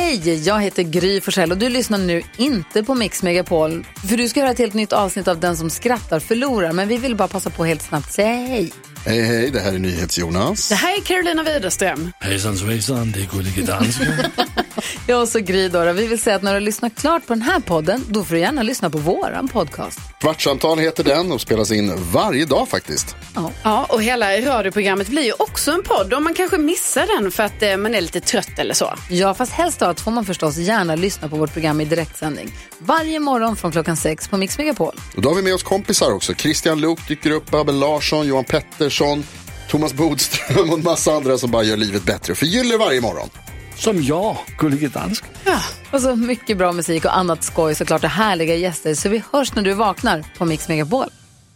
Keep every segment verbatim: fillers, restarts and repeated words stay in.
Hej, jag heter Gry Forssell och du lyssnar nu inte på Mix Megapol. För du ska höra ett helt nytt avsnitt av Den som skrattar förlorar. Men vi vill bara passa på helt snabbt säga hej. Hej, hej, det här är NyhetsJonas. Det här är Carolina Widerström. Hejsan svejsan, det är Gullige Dansken. Jag och så Gry då. Vi vill säga att när du har lyssnat klart på den här podden, då får du gärna lyssna på våran podcast. Kvartsamtal heter den och spelas in varje dag faktiskt. Ja, ja och hela radioprogrammet blir ju också en podd. Och man kanske missar den för att eh, man är lite trött eller så. Ja, fast helst då att får man förstås gärna lyssna på vårt program i direktsändning. Varje morgon från klockan sex på Mix Megapol. Och då har vi med oss kompisar också. Christian Luuk dyker upp, Abel Larsson, Johan Pettersson, Thomas Bodström och en massa andra som bara gör livet bättre. För gillar varje morgon. Som jag, Gullige Dansken. Ja, och så mycket bra musik och annat skoj, såklart, och härliga gäster. Så vi hörs när du vaknar på Mix Megapol.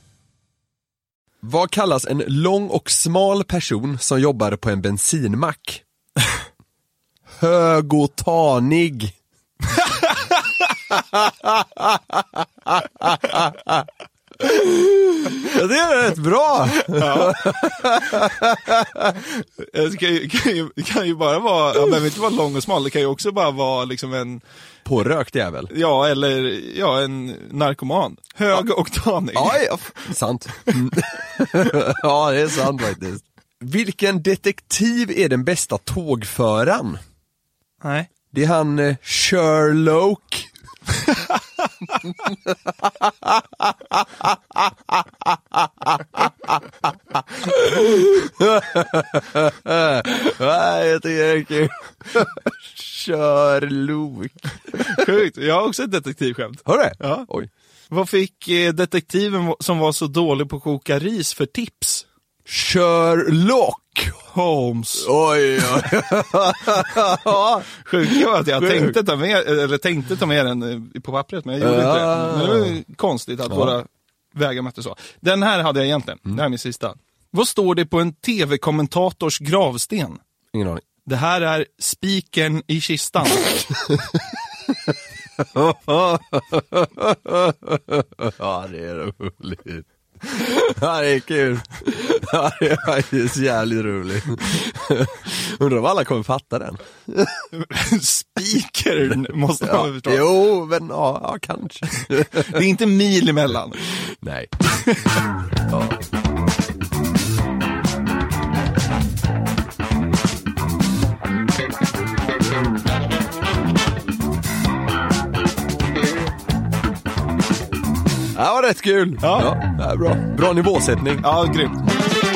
Vad kallas en lång och smal person som jobbar på en bensinmack? Hög och tanig. Ja, det är rätt bra. Ja. Det kan ju, kan, ju, kan ju bara vara, ja, men inte vara lång och smal. Det kan ju också bara vara liksom en pårökt jävel. Ja, eller ja, en narkoman. Hög ja. och tanig. Ja, ja, sant. Ja, det är sant faktiskt. Vilken detektiv är den bästa tågföraren? Nej. Det är han eh, Sherlock. Nej, jag tycker det är kul. Sherlock. Sjukt, jag har också ett detektivskämt. Har du det? Ja. Oj. Vad fick eh, detektiven som var så dålig på att koka ris för tips? Sherlock Holmes. Oj, oj. Sjukt var att jag tänkte ta med, eller tänkte ta med den på pappret, men jag gjorde ja. inte det. Men det var ju konstigt att ja. våra vägar mötte så. Den här hade jag egentligen. Mm. Det här är min sista. Vad står det på en tv-kommentators gravsten? Ingen aning. Det här är spiken i kistan. Ja, det är roligt. Ja, det är kul. Ja, det är faktiskt jävligt roligt. Undrar om alla kommer fatta den. Speaker måste man ja, förstå. Jo, men ja, ja, kanske. Det är inte mil emellan. Nej. Ja. Det var rätt kul. Ja, ja det är bra. Bra nivåsättning. Ja, grymt.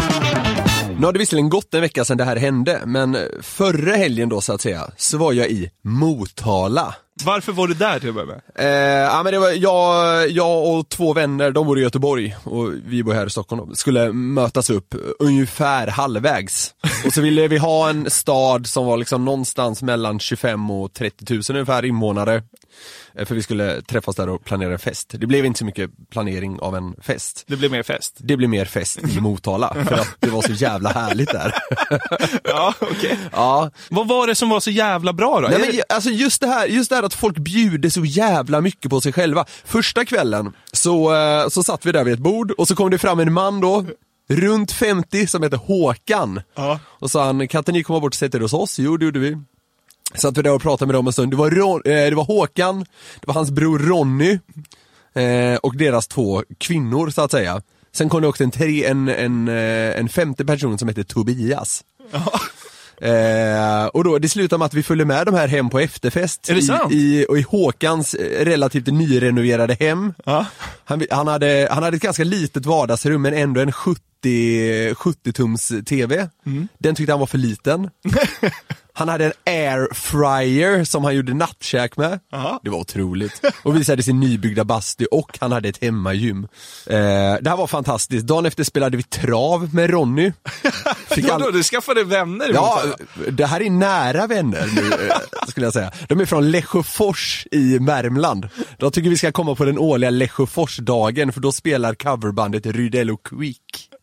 Nu har det visserligen gått en vecka sedan det här hände, men förra helgen då så att säga, så var jag i Motala. Varför var du där till att börja med? Eh, ja, men det var jag, jag och två vänner, de bor i Göteborg och vi bor här i Stockholm. Då. Skulle mötas upp ungefär halvvägs. Och så ville vi ha en stad som var liksom någonstans mellan tjugofem och trettio tusen ungefär invånare. För vi skulle träffas där och planera en fest. Det blev inte så mycket planering av en fest. Det blev mer fest. Det blev mer fest i Motala. För att det var så jävla härligt där. Ja, okej. Okay. Ja. Vad var det som var så jävla bra då? Nej, men, alltså just det här, just det här att folk bjuder så jävla mycket på sig själva. Första kvällen så, så satt vi där vid ett bord och så kom det fram en man då, runt femtio, som heter Håkan. Ja. Och sa han, kan inte ni komma bort och sätta er hos oss? Jo, det gjorde vi. Så att vi där och pratade med dem en stund. Det var, Ron, eh, det var Håkan, det var hans bror Ronny eh, och deras två kvinnor så att säga. Sen kom det också en, tre, en, en, en femte person som heter Tobias. Ja. Eh, och då det slutade med att vi följde med de här hem på efterfest. Är det sant? I, i, och i Håkans relativt nyrenoverade hem. Ja. Han, han, hade, han hade ett ganska litet vardagsrum men ändå en sjuttio tums tv. Mm. Den tyckte han var för liten. Han hade en airfryer som han gjorde nattkäk med. Aha. Det var otroligt. Och visade sin nybyggda bastu och han hade ett hemmagym. Eh, det här var fantastiskt. Dagen efter spelade vi trav med Ronny. Fick all... Du skaffade vänner? Ja, det här är nära vänner nu, skulle jag säga. De är från Lesjöfors i Värmland. De tycker vi ska komma på den årliga Lesjöforsdagen för då spelar coverbandet Rydell och Quick.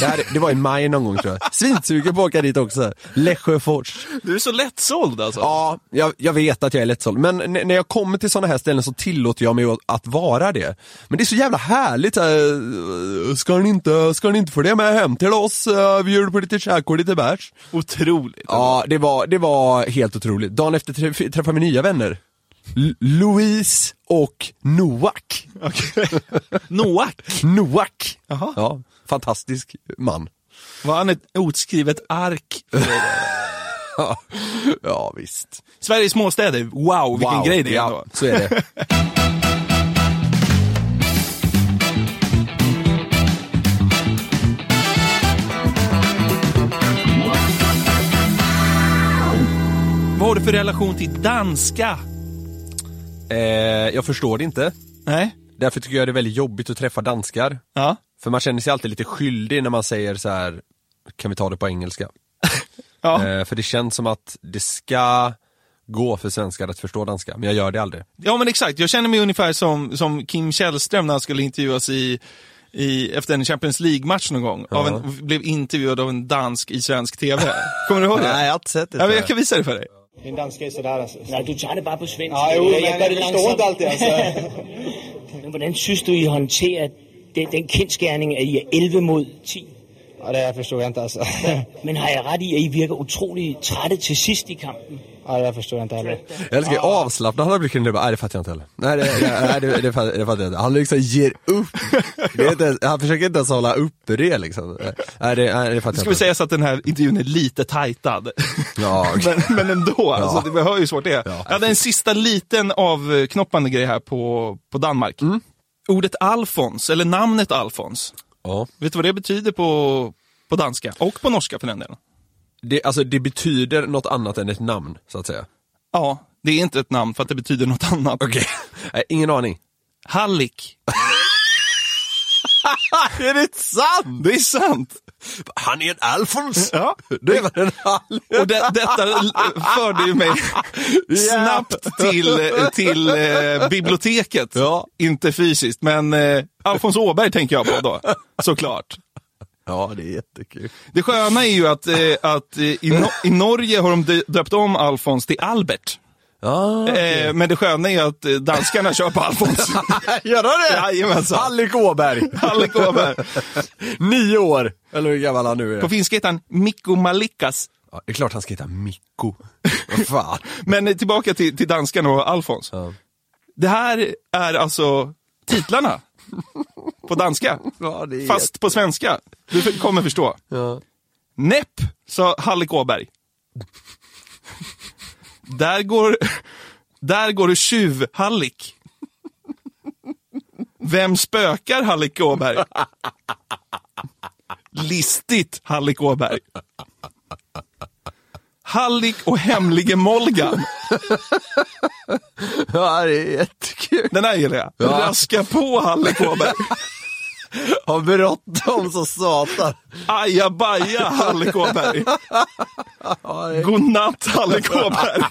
Det, här, det var i maj någon gång tror jag. Svinsugen på att åka dit också. Lesjöfors. Du är så lättsåld alltså. Ja, jag, jag vet att jag är lättsåld. Men n- när jag kommer till sådana här ställen så tillåter jag mig att, att vara det. Men det är så jävla härligt. Äh, ska ni inte, ska ni inte få det med hem till oss? Äh, vi gör på lite käk och lite bärs. Otroligt. Ja, det var, det var helt otroligt. Dagen efter träff- träffade vi nya vänner. L- Louise och Noak. Okay. Noak? Noak. Jaha. Ja, fantastisk man. Var han ett otskrivet ark? Ja, ja, visst. Sveriges småstäder, wow, vilken Wow, grej det är ja, ändå. så är det. Vad har du för relation till danska? Eh, jag förstår det inte. Nej. Därför tycker jag det är väldigt jobbigt att träffa danskar. Ja. För man känner sig alltid lite skyldig när man säger så här: kan vi ta det på engelska? Ja. Eh, för det känns som att det ska gå för svenskar att förstå danska, men jag gör det aldrig. Ja men exakt, jag känner mig ungefär som, som Kim Källström när han skulle intervjuas i, i, efter en Champions League-match någon gång. Ja. Av en, blev intervjuad av en dansk i svensk tv. Kommer du ihåg det? Nej, jag har inte sett det. Ja, men jag kan visa det för dig. En dansk är sådär alltså. Nej, du tager det bare på svensk. Nej, jo, jeg, jeg forstår ikke alt det altså. Men hvordan synes du, I håndterer den, den kendskærning, at I er elleve mod ti? Ja, det forstår jeg inte altså. Men har jeg ret i, at I virker utroligt trætte til sidst i kampen? Ja, det förstår jag inte heller. Jag älskar avslappnad han har blivit kunde bara, nej det fattar jag inte heller. Nej det, det, nej, det, det, fattar, det fattar jag inte. Han liksom ger upp. Det är inte, han försöker inte ens hålla uppe det liksom. Nej det, nej, det fattar Ska jag vi inte. säga så att den här intervjun är lite tajtad. Ja, okay. men, men ändå, alltså, Ja. det behöver ju svårt det är. Ja. Jag hade en sista liten avknoppande grej här på, på Danmark. Mm. Ordet Alfons, eller namnet Alfons. Ja. Vet du vad det betyder på, på danska? Och på norska för den delen. Det, alltså det betyder något annat än ett namn så att säga. Ja, det är inte ett namn för att det betyder något annat. Okej, okay. Ingen aning. Hallik. Är det sant? Det är sant. Han är en Alfons. Ja. Det var en Alfons. Och det, detta förde ju mig snabbt till, till eh, biblioteket. Ja. Inte fysiskt, men eh, Alfons Åberg tänker jag på då, såklart. Ja, det är jättekul. Det sköna är ju att, eh, att eh, i, no- i Norge har de döpt om Alfons till Albert. Ah, okay. eh, men det sköna är ju att eh, danskarna kör på Alfons. Gör det? Jajamensan. Hallik Åberg. Hallik Åberg. Nio år. Eller hur gammal han nu är. På finska heter han Mikko Malikas. Ja, det är klart han ska heta Mikko. Vad fan. Men eh, tillbaka till, till danskarna och Alfons. Ja. Det här är alltså titlarna på danska. Ja, det är fast jätte... på svenska. Du kommer förstå. Ja. Näpp, sa Hallik Åberg. Där går, där går det tjuv-Hallik. Vem spökar Hallik Åberg? Listigt Hallik Åberg. Hallik och hemlige Molgan. Ja, det är jättekul. Den här gillar jag. Ja. Raska på Hallik Åberg. Har bråttom så satan. Aja baja Hallik Åberg. Godnatt Hallik Åberg.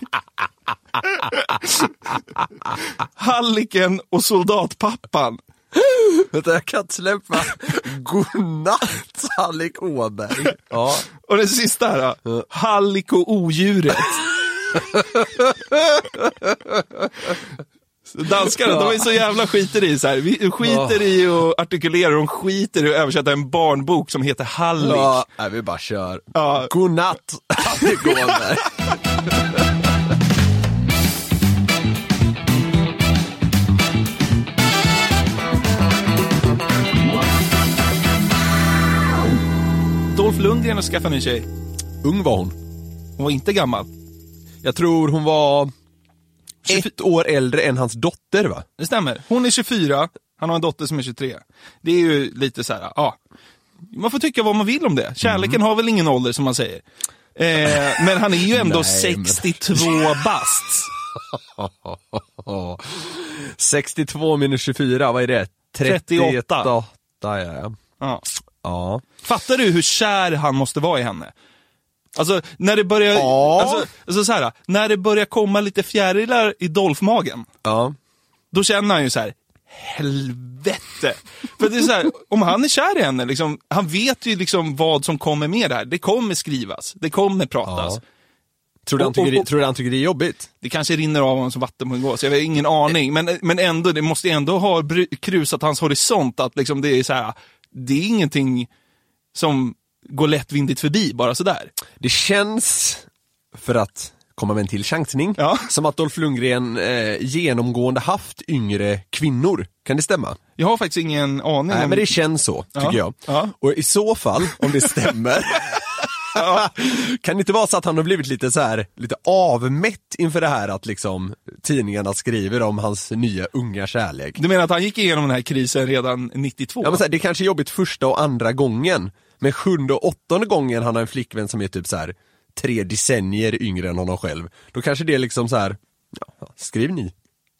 Halliken och soldatpappan. Vänta, jag kan inte släppa. Godnatt Hallik Åberg. Ja. Och den sista här då. Hallik och odjuret. Danskarna, ja. De är så jävla skiter i så här. Vi skiter ja. i att artikulera, de skiter i att översätta en barnbok som heter Hallik. Ja, nej, vi bara kör. Ja. Godnatt Hallik Åberg. Dolph Lundgren har skaffat en tjej. Ung var hon. Hon var inte gammal. Jag tror hon var ett år äldre än hans dotter, va? Det stämmer. Hon är tjugofyra, han har en dotter som är tjugotre. Det är ju lite så här, ja. Man får tycka vad man vill om det. Kärleken mm. har väl ingen ålder som man säger. Eh, men han är ju ändå Nej, sextiotvå men... bast. sextiotvå minus tjugofyra, vad är det? trettioåtta. trettioåtta, ja, ja. Ja. Ja. Fattar du hur kär han måste vara i henne? Alltså, när det börjar... Ja. Alltså, alltså så här, när det börjar komma lite fjärilar i Dolph-magen. Ja. Då känner han ju så här, helvete. För det är så här, om han är kär i henne, liksom, han vet ju liksom vad som kommer med det här. Det kommer skrivas, det kommer pratas. Ja. Tror du han tycker, och, och, och, tror du han tycker det är jobbigt? Det kanske rinner av honom som vatten på en gås. Jag har ingen aning. Men, men ändå, det måste ändå ha bry- krusat hans horisont. Att liksom det är så här, det är ingenting som går lättvindigt förbi, bara sådär. Det känns, för att komma med en till chansning, ja. som att Dolph Lundgren eh, genomgående haft yngre kvinnor. Kan det stämma? Jag har faktiskt ingen aning. Nej, om... men det känns så, tycker ja. jag. Ja. Och i så fall, om det stämmer... Ja. Kan det inte vara så att han har blivit lite så här, lite avmätt inför det här att liksom tidningarna skriver om hans nya unga kärlek? Du menar att han gick igenom den här krisen redan nittiotvå? Ja, men så här, det kanske är jobbigt första och andra gången, men sjunde och åttonde gången han har en flickvän som är typ så här tre decennier yngre än honom själv. Då kanske det är liksom så här, ja, skriv ni.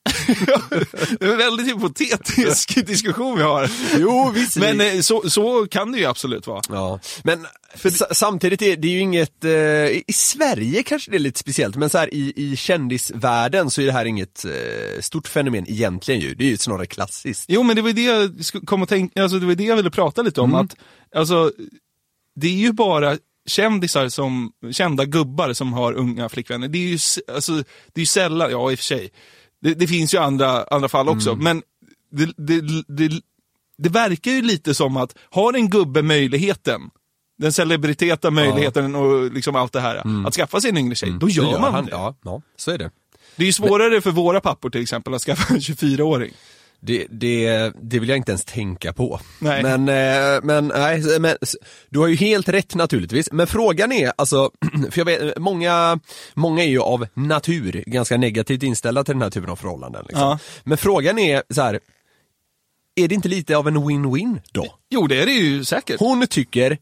Det är en väldigt hypotetisk diskussion vi har. Jo, visst. Men så, så kan det ju absolut vara. Ja, men för, samtidigt är det ju inget, eh, i Sverige kanske det är lite speciellt, men så här i, i kändisvärlden så är det här inget eh, stort fenomen egentligen ju. Det är ju snarare klassiskt. Jo, men det var det jag kom att tänka, alltså det var det jag ville prata lite om. Mm. Att, alltså, det är ju bara kändisar som, kända gubbar som har unga flickvänner. Det är ju, alltså, det är ju sällan, ja i och för sig. Det, det finns ju andra, andra fall också, mm. men det, det, det, det verkar ju lite som att har en gubbe möjligheten, den celebriteta möjligheten ja. och liksom allt det här, mm. att skaffa sig en yngre tjej, mm. då gör, gör man han, det. Ja, ja, så är det. Det är ju svårare men... för våra pappor till exempel att skaffa en tjugofyraåring. Det, det, det vill jag inte ens tänka på. Nej. Men, eh, men, nej, men du har ju helt rätt naturligtvis. Men frågan är, alltså, för jag vet, många, många är ju av natur ganska negativt inställda till den här typen av förhållanden. Liksom. Ja. Men frågan är så här, är det inte lite av en win-win då? Jo, det är det ju säkert. Hon tycker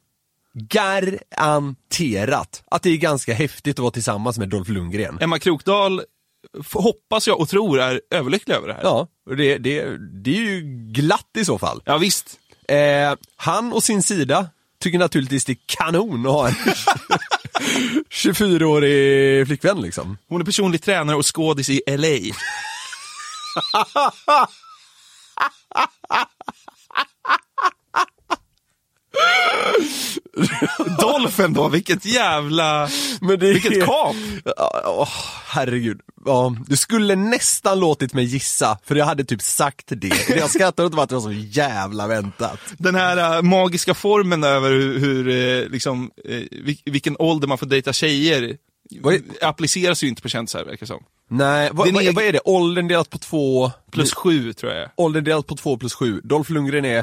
garanterat att det är ganska häftigt att vara tillsammans med Dolph Lundgren. Emma Krokdahl hoppas jag och tror är överlycklig över det här. Ja, och det, det, det är ju glatt i så fall. Ja, visst. Eh, han och sin sida tycker naturligtvis det är kanon att ha en tjugofyraårig flickvän liksom. Hon är personlig tränare och skådis i L A. Dolphin då, vilket jävla men det vilket är... kap. Oh, herregud. Ja, du skulle nästan låtit mig gissa, för jag hade typ sagt det. Jag skrattar åt att det var så jävla väntat. Den här uh, magiska formen över hur, hur uh, liksom, uh, vilken ålder man får dejta tjejer är... appliceras ju inte på kändisar, verkar som. Nej, vad, vad, är, vad är det? Åldern delat på två plus sju tror jag. Åldern delat på två plus sju. Dolph Lundgren är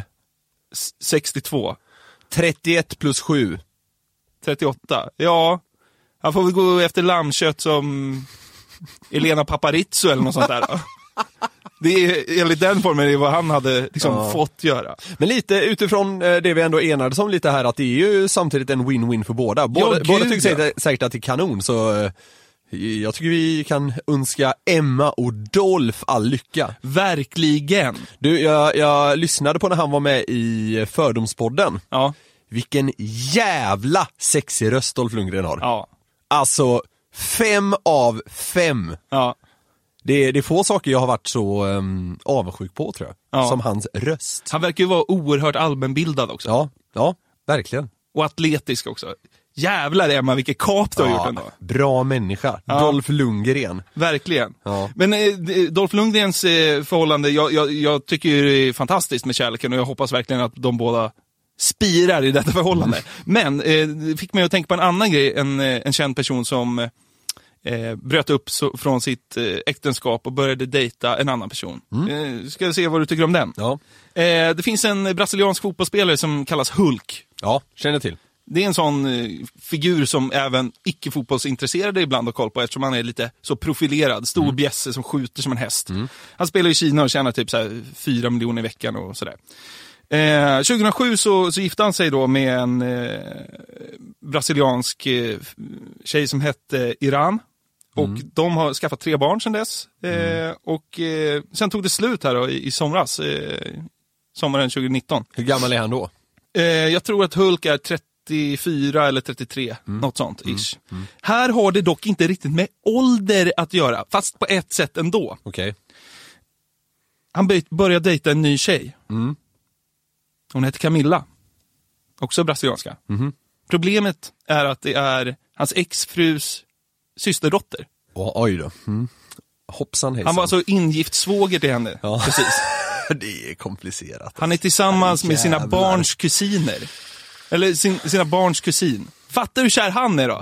sextiotvå. trettioett plus sju. trettioåtta. Ja, han får väl gå efter lammkött som Elena Paparizou eller något sånt där då. Det är enligt den formen är vad han hade liksom ja. fått göra. Men lite utifrån det vi ändå enades om lite här, att det är ju samtidigt en win-win för båda. Båda, ja, båda tycker säkert, säkert att det är kanon, så jag tycker vi kan önska Emma och Dolph all lycka. Verkligen. Du, jag, jag lyssnade på när han var med i Fördomspodden. Ja. Vilken jävla sexig röst Dolph Lundgren har. Ja. Alltså, fem av fem. Ja. Det är, det är få saker jag har varit så um, avundsjuk på, tror jag. Ja. Som hans röst. Han verkar ju vara oerhört allmänbildad också. Ja, ja, verkligen. Och atletisk också. Jävlar Emma, vilket kap du har ja, gjort ändå. Bra människa. Ja. Dolph Lundgren. Verkligen. Ja. Men eh, Dolph Lundgrens eh, förhållande, jag, jag, jag tycker det är fantastiskt med kärleken och jag hoppas verkligen att de båda spirar i detta förhållande. Mm. Men eh, det fick mig att tänka på en annan grej. En, en känd person som eh, bröt upp så, från sitt eh, äktenskap och började dejta en annan person. Mm. Eh, ska jag se vad du tycker om den? Ja. Eh, det finns en brasiliansk fotbollsspelare som kallas Hulk. Ja, känner till. Det är en sån eh, figur som även icke-fotbollsintresserade ibland har koll på, eftersom han är lite så profilerad, stor mm. bjässe som skjuter som en häst. Mm. Han spelar i Kina och tjänar typ så här fyra miljoner i veckan och sådär. Eh, tjugohundrasju så, så gifte han sig då med en eh, brasiliansk eh, tjej som hette Iran. Och mm. de har skaffat tre barn sedan dess. Eh, mm. Och eh, sen tog det slut här då, i, i somras, eh, sommaren tjugonitton. Hur gammal är han då? Eh, jag tror att Hulk är trettiofyra eller trettiotre, mm. något sånt ish. Mm. Mm. Här har det dock inte riktigt med ålder att göra, fast på ett sätt ändå. Okej. Okay. Han började dejta en ny tjej. Mm. Hon heter Camilla. Också brasilianska. Mm. Problemet är att det är hans exfrus systerdotter. Oh, oj då. Mm. Hoppsan hejsan. Han var alltså ingift svåger till henne. Ja. Precis. Det är komplicerat. Han är tillsammans Aj, med sina jävlar. barns kusiner. Eller sin, sina barns kusin. Fattar hur kär han är då?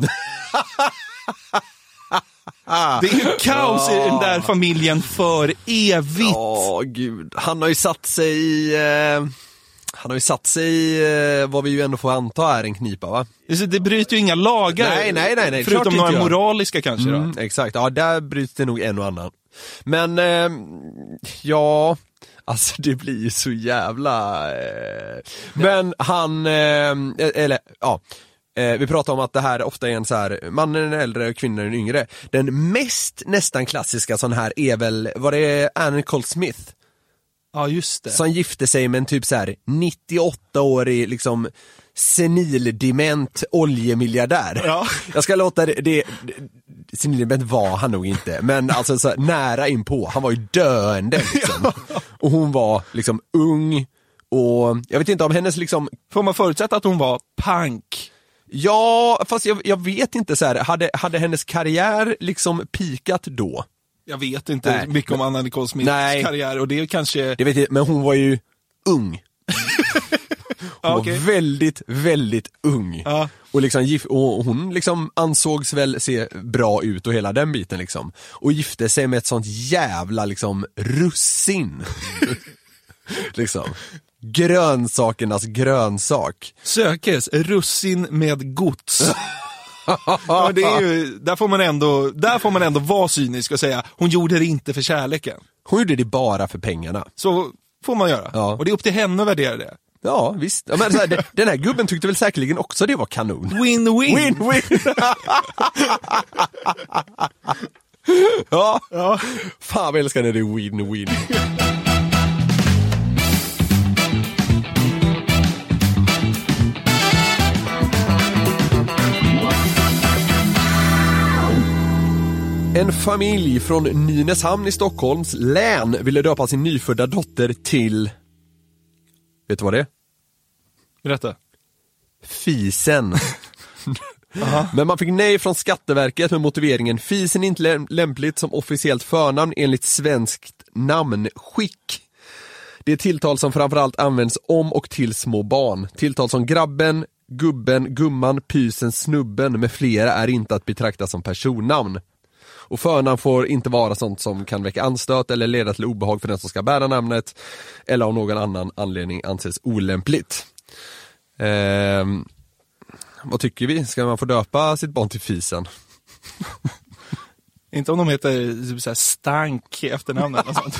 Det är ju kaos i den där familjen för evigt. Ja, gud. Han har ju satt sig i... Eh, han har ju satt sig i eh, vad vi ju ändå får anta är en knipa, va? Det bryter ju inga lagar. Nej, nej, nej, nej. Förutom Klart några inte jag. moraliska kanske då. Mm, exakt, ja där bryter det nog en och annan. Men, eh, ja... Alltså det blir ju så jävla... Eh, men han... Eh, eller, ja... Eh, vi pratar om att det här ofta är en så här, mannen är äldre och kvinnan är yngre. Den mest nästan klassiska sån här är väl, var det Anne Nicole Smith? Ja, just det. Som gifte sig med en typ så här nittioåtta-årig liksom senildement oljemiljardär. Ja. Jag ska låta det, det senildement var han nog inte, men alltså så här, nära inpå. Han var ju döende liksom. Och hon var liksom ung och jag vet inte om hennes liksom... Får man förutsätta att hon var punk? Ja, fast jag, jag vet inte så här, hade, hade hennes karriär liksom pikat då? Jag vet inte Nej. mycket om Anna Nicole Smiths Nej. karriär och det är kanske... Det vet jag, men hon var ju ung. Hon Ja, okej. var väldigt, väldigt ung. Ja. Och, liksom, gif- och hon liksom ansågs väl se bra ut och hela den biten liksom. Och gifte sig med ett sånt jävla liksom russin. liksom. Grönsakernas grönsak. Sökes russin med gods. Ja, det är ju, där får man ändå, där får man ändå vara cynisk och säga hon gjorde det inte för kärleken. Hon gjorde det bara för pengarna. Så får man göra. Ja. Och det är upp till henne att värdera det. Ja, visst. Ja, men så här, det- den här gubben tyckte väl säkerligen också det var kanon. Win-win. Win-win! ja. Ja. Fan vad jag älskar när det är win-win. En familj från Nynäshamn i Stockholms län ville döpa sin nyfödda dotter till... Vet du vad det är? Berätta. Fisen. Men man fick nej från Skatteverket med motiveringen Fisen är inte läm- lämpligt som officiellt förnamn enligt svenskt namnskick. Det är tilltal som framförallt används om och till små barn. Tilltal som grabben, gubben, gumman, pysen, snubben med flera är inte att betrakta som personnamn. Och förnamn får inte vara sånt som kan väcka anstöt eller leda till obehag för den som ska bära namnet eller av någon annan anledning anses olämpligt. Ehm, vad tycker vi? Ska man få döpa sitt barn till Fisen? Inte om de heter typ så här Stank i efternamn eller sånt.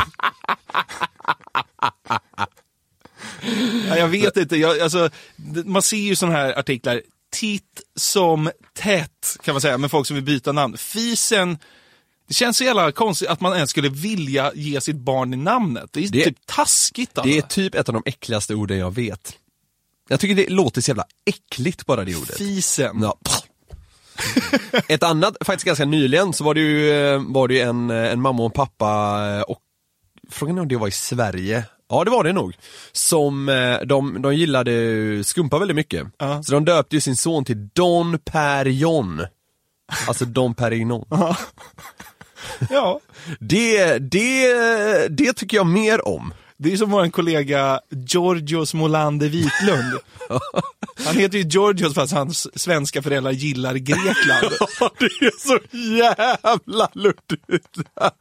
Ja, jag vet inte. Jag, alltså, man ser ju såna här artiklar titt som tätt kan man säga med folk som vill byta namn. Fisen, det känns så jävla konstigt att man ens skulle vilja ge sitt barn i namnet. Det är Det- typ taskigt alltså. Det är typ ett av de äckligaste orden jag vet. Jag tycker det låter så jävla äckligt bara det ordet. Fisen. Ja. Ett annat, faktiskt ganska nyligen så var det ju, var det ju en, en mamma och en pappa och frågan är om det var i Sverige. Ja, det var det nog. Som de, de gillade skumpa väldigt mycket. Ja. Så de döpte ju sin son till Don Perignon. Alltså Don Perignon. Ja, Det, det, det tycker jag mer om. det är som vår kollega Giorgios Molander Wiklund. Han heter ju Giorgios fast hans svenska föräldrar gillar Grekland. Det är så jävla luddigt.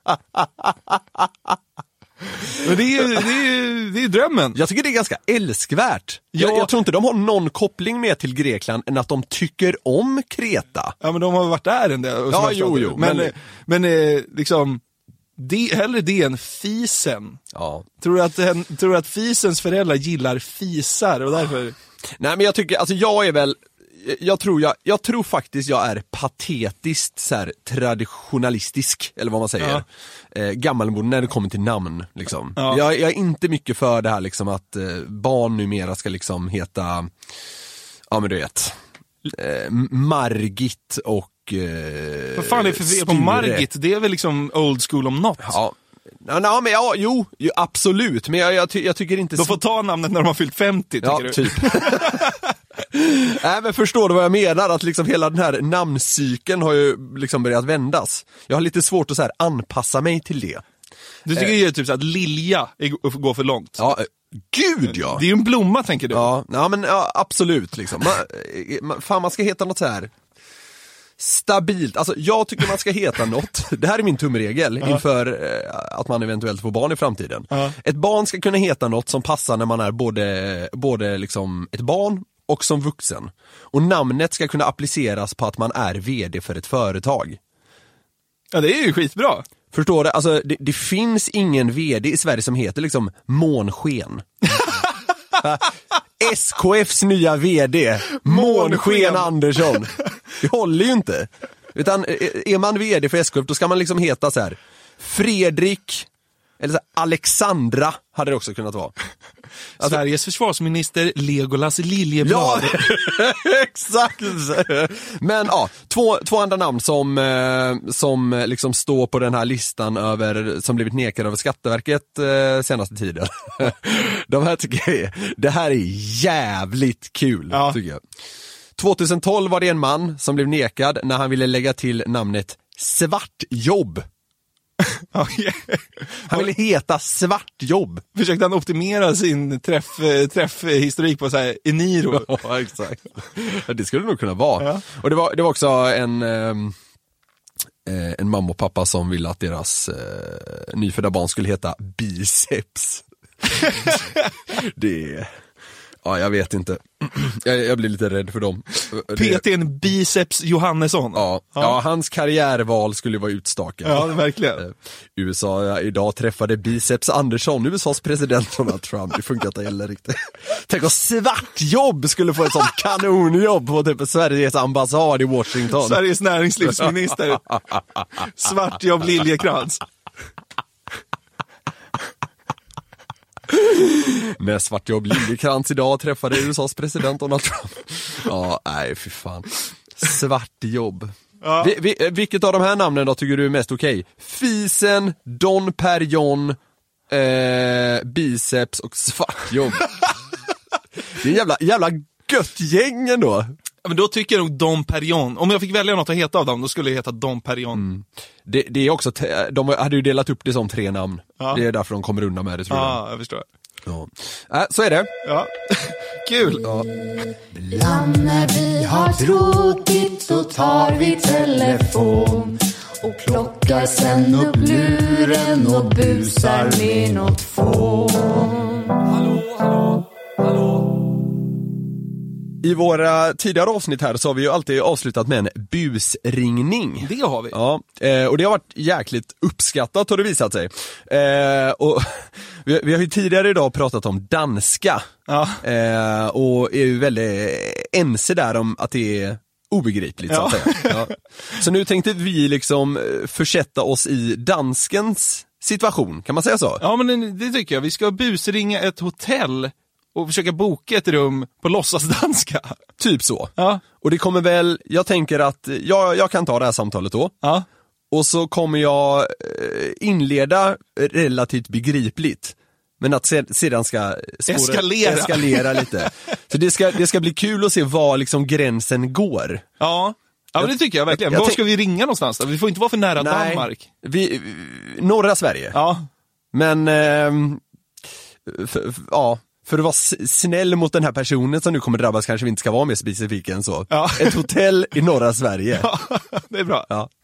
Men det är ju, det är ju, det är ju drömmen. Jag tycker det är ganska älskvärt. Jag, Ja. jag tror inte de har någon koppling med till Grekland än att de tycker om Kreta. Ja, men de har varit där en del. Ja, jo, jo, Men, men- men, men eh, liksom, det, hellre det än fisen. Ja. Tror du, att, hen- tror du att fisens föräldrar gillar fisar och därför... Nej, men jag tycker, alltså jag är väl, jag tror, jag, jag tror faktiskt jag är patetiskt så här, traditionalistisk, eller vad man säger. Ja. Eh, gammalmodig när det kommer till namn, liksom. Ja. Jag, jag är inte mycket för det här liksom att eh, barn numera ska liksom heta, ja men du vet, eh, Margit och eh, Vad fan är det för fel på Sture. Margit? Det är väl liksom old school om något. Ja, Ja, no, men ja, jo, jo absolut. Men jag, jag, ty- jag tycker inte... De får ta namnet när de har fyllt femtio, tycker ja, du? typ. Nej, men förstår du vad jag menar? Att liksom hela den här namncykeln har ju liksom börjat vändas. Jag har lite svårt att så här anpassa mig till det. Du tycker ju typ så att Lilja är- går för långt. Ja, gud ja. Det är ju en blomma, tänker du. Ja, ja men ja, absolut liksom. Man, man, fan, man ska heta något så här stabilt. Alltså jag tycker man ska heta något. Det här är min tumregel ja. inför eh, att man eventuellt får barn i framtiden. Ja. Ett barn ska kunna heta något som passar när man är både, både liksom ett barn och som vuxen. Och namnet ska kunna appliceras på att man är vd för ett företag. Ja, det är ju skitbra. Förstår du? Alltså det, det finns ingen vd i Sverige som heter liksom Månsken. S K F:s nya vd Månsken Andersson. Det håller ju inte. Utan är man vd för S K F, då ska man liksom heta så här Fredrik eller så här, Alexandra hade det också kunnat vara. Alltså, Sveriges försvarsminister Legolas Liljeblad. Ja, exakt. Men ja, två, två andra namn som, eh, som liksom står på den här listan över, som blivit nekade av Skatteverket eh, senaste tiden. De här tycker jag är, det här är jävligt kul, ja. tycker jag. tjugohundratolv var det en man som blev nekad när han ville lägga till namnet Svartjobb. Oh, yeah. Han ville heta Svartjobb. Försökte han optimera sin träff, träffhistorik på så här Eniro. Ja, exakt. Det skulle nog kunna vara. Ja. Och det var, det var också en, eh, en mamma och pappa som ville att deras eh, nyfödda barn skulle heta Biceps. Det ja, jag vet inte. Jag, jag blir lite rädd för dem. P T:n Biceps Johannesson. Ja, ja. ja, hans karriärval skulle vara utstakad. Ja, verkligen. U S A idag träffade Biceps Andersson, U S A:s president Donald Trump. Det funkar inte heller riktigt. Tänk om Svartjobb skulle få ett sånt kanonjobb på typ Sveriges ambassad i Washington. Sveriges näringslivsminister. Svartjobb Liljekrans. När Svartjobb Liljekrans idag träffade U S A:s president Donald Trump. Ja, nej, fy fan. Svartjobb. Ja. Vi, vi, vilket av de här namnen då tycker du är mest okej? Okay? Fisen, Don Perjon, eh, Biceps och Svartjobb. Det är en jävla, jävla gött gäng ändå. Ja, men då tycker jag nog Don Perjon. Om jag fick välja något att heta av dem, då skulle jag heta Don Perjon. Mm. Det, det är också, te- de hade ju delat upp det som tre namn. Ja. Det är därför de kommer undan med det, tror jag. Ja, jag förstår. Ja. Äh, så är det. Ja. Kul. Ja. Ibland när vi har tråkigt så tar vi telefon och plockar sen upp luren och busar med något fån. Hallå, hallå, hallå. I våra tidigare avsnitt här så har vi ju alltid avslutat med en busringning. Det har vi. Ja, eh, och det har varit jäkligt uppskattat, har det visat sig. Eh, och vi, vi har ju tidigare idag pratat om danska. Ja. Eh, och är ju väldigt ense där om att det är obegripligt, ja. så att säga. Ja. Så nu tänkte vi liksom försätta oss i danskens situation, kan man säga så? Ja, men det tycker jag. Vi ska busringa ett hotell och försöka boka ett rum på låtsasdanska. Typ så. Ja. Och det kommer väl, jag tänker att jag, jag kan ta det här samtalet då. Ja. Och så kommer jag inleda relativt begripligt. Men att sedan ska spåra, eskalera. eskalera lite. Så det ska, det ska bli kul att se var liksom gränsen går. Ja. Ja, men det tycker jag verkligen. Jag, jag var ska vi ringa någonstans då? Vi får inte vara för nära nej, Danmark. Vi, norra Sverige. Ja. Men, eh, för, för, ja... För att vara snäll mot den här personen som nu kommer drabbas kanske vi inte ska vara mer specifik än så. Ja. Ett hotell i norra Sverige. Ja, det är bra. Ja.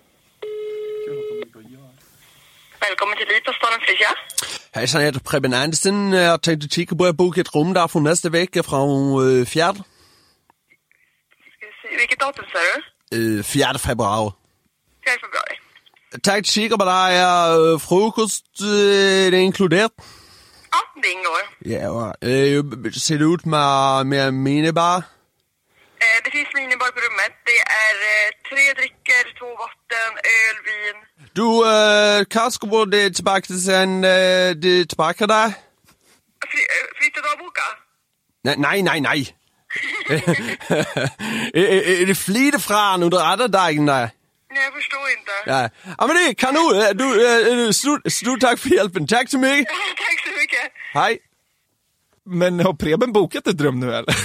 Välkommen till Lipastaden, Felicia. Hejsan, jag heter Preben Andersen. Jag tänkte kika på att boka ett rum där från nästa vecka från fjärde. Ska vi se, vilket datum säger du? fjärde februari. fjärde februari. Jag tänkte kika på där är frukost, det är inkluderat. Ja, det ingår. Ja, äh, ser det ut med, med minibar? Eh, det finns minibar på rummet. Det är eh, tre drycker, två vatten, öl, vin. Du, äh, kanske borde det tillbaka till sen, äh, det tillbaka där? Fri, äh, fritt att avboka? Nej, nej, nej, nej. är, är, är det flytefran under andra dagen där? jag förstår inte. Nej. Ja, men det är kanon. Du, du, stort, stort tack för hjälpen. Tack så mycket. Ja, tack så mycket. Hej. Men har Preben bokat ett rum nu eller?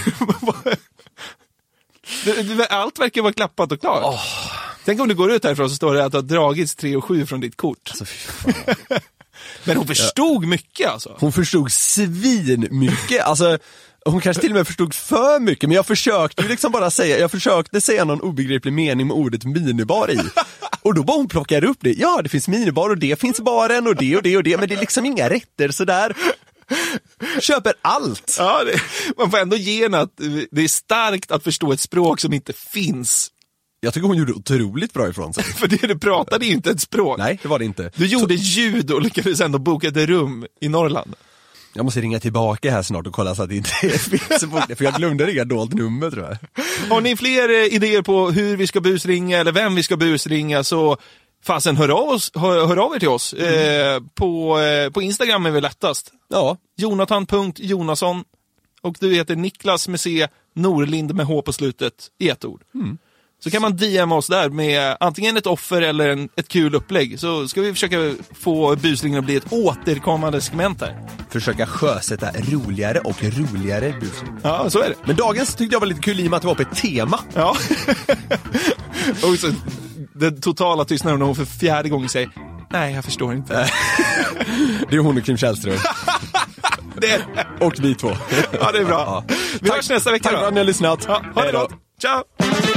det, det, allt verkar vara klappat och klart. Oh. Tänk om du går ut härifrån så står det att det har dragits tre och sju från ditt kort. Alltså, fy fan. Men hon förstod ja. mycket alltså. Hon förstod svin mycket. Alltså, hon kanske till och med förstod för mycket. Men jag försökte liksom bara säga, jag försökte säga någon obegriplig mening med ordet minibar i. Och då bara hon plockade upp det. Ja, det finns minibar och det finns baren och det och det och det. Men det är liksom inga rätter sådär. Köper allt. Ja, det, man får ändå ge en att det är starkt att förstå ett språk som inte finns. Jag tycker hon gjorde otroligt bra ifrån sig. För det du pratade ju inte ett språk. Nej, det var det inte. Du gjorde så... ljud och lyckades ändå boka ett rum i Norrland. Jag måste ringa tillbaka här snart och kolla så att det inte finns. För jag glömde ringa dolt nummer tror jag. Har ni fler idéer på hur vi ska busringa eller vem vi ska busringa så fasen hör av, oss, hör, hör av er till oss. Mm. Eh, på, eh, på Instagram är vi lättast. Ja. Jonathan punkt Jonasson. Och du heter Niklas med C, Norlind med H på slutet i ett ord. Mm. Så kan man D M oss där med antingen ett offer eller en, ett kul upplägg. Så ska vi försöka få busringen att bli ett återkommande segment här. Försöka sjösätta roligare och roligare busring. Ja, så är det. Men dagens tyckte jag var lite kul i och med att det var på ett tema. Ja. Och så den totala tystnaden när hon för fjärde gången säger nej, jag förstår inte. Det är hon och Kim Källström. Det är... Och vi två. Ja, det är bra. Ja. Vi tack, hörs nästa vecka. Tack då. för att ni har lyssnat. Ja, ha det gott. Ciao.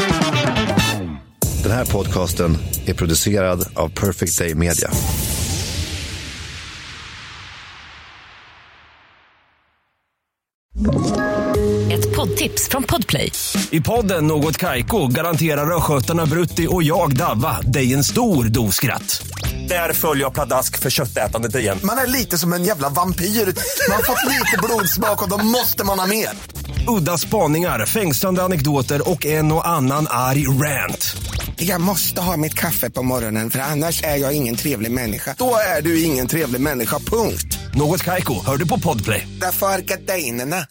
Den här podcasten är producerad av Perfect Day Media. Ett poddtips från Podplay. I podden Något Kaiko garanterar röskötarna Brutti och jag Davva dig en stor doskratt. Där följer jag pladask för köttätandet igen. Man är lite som en jävla vampyr. Man har fått lite blodsmak och då måste man ha mer. Udda spaningar, fängslande anekdoter och en och annan arg rant. Jag måste ha mitt kaffe på morgonen för annars är jag ingen trevlig människa. Då är du ingen trevlig människa, punkt. Något Kaiko, hör du på Podplay. Därför är gardinerna.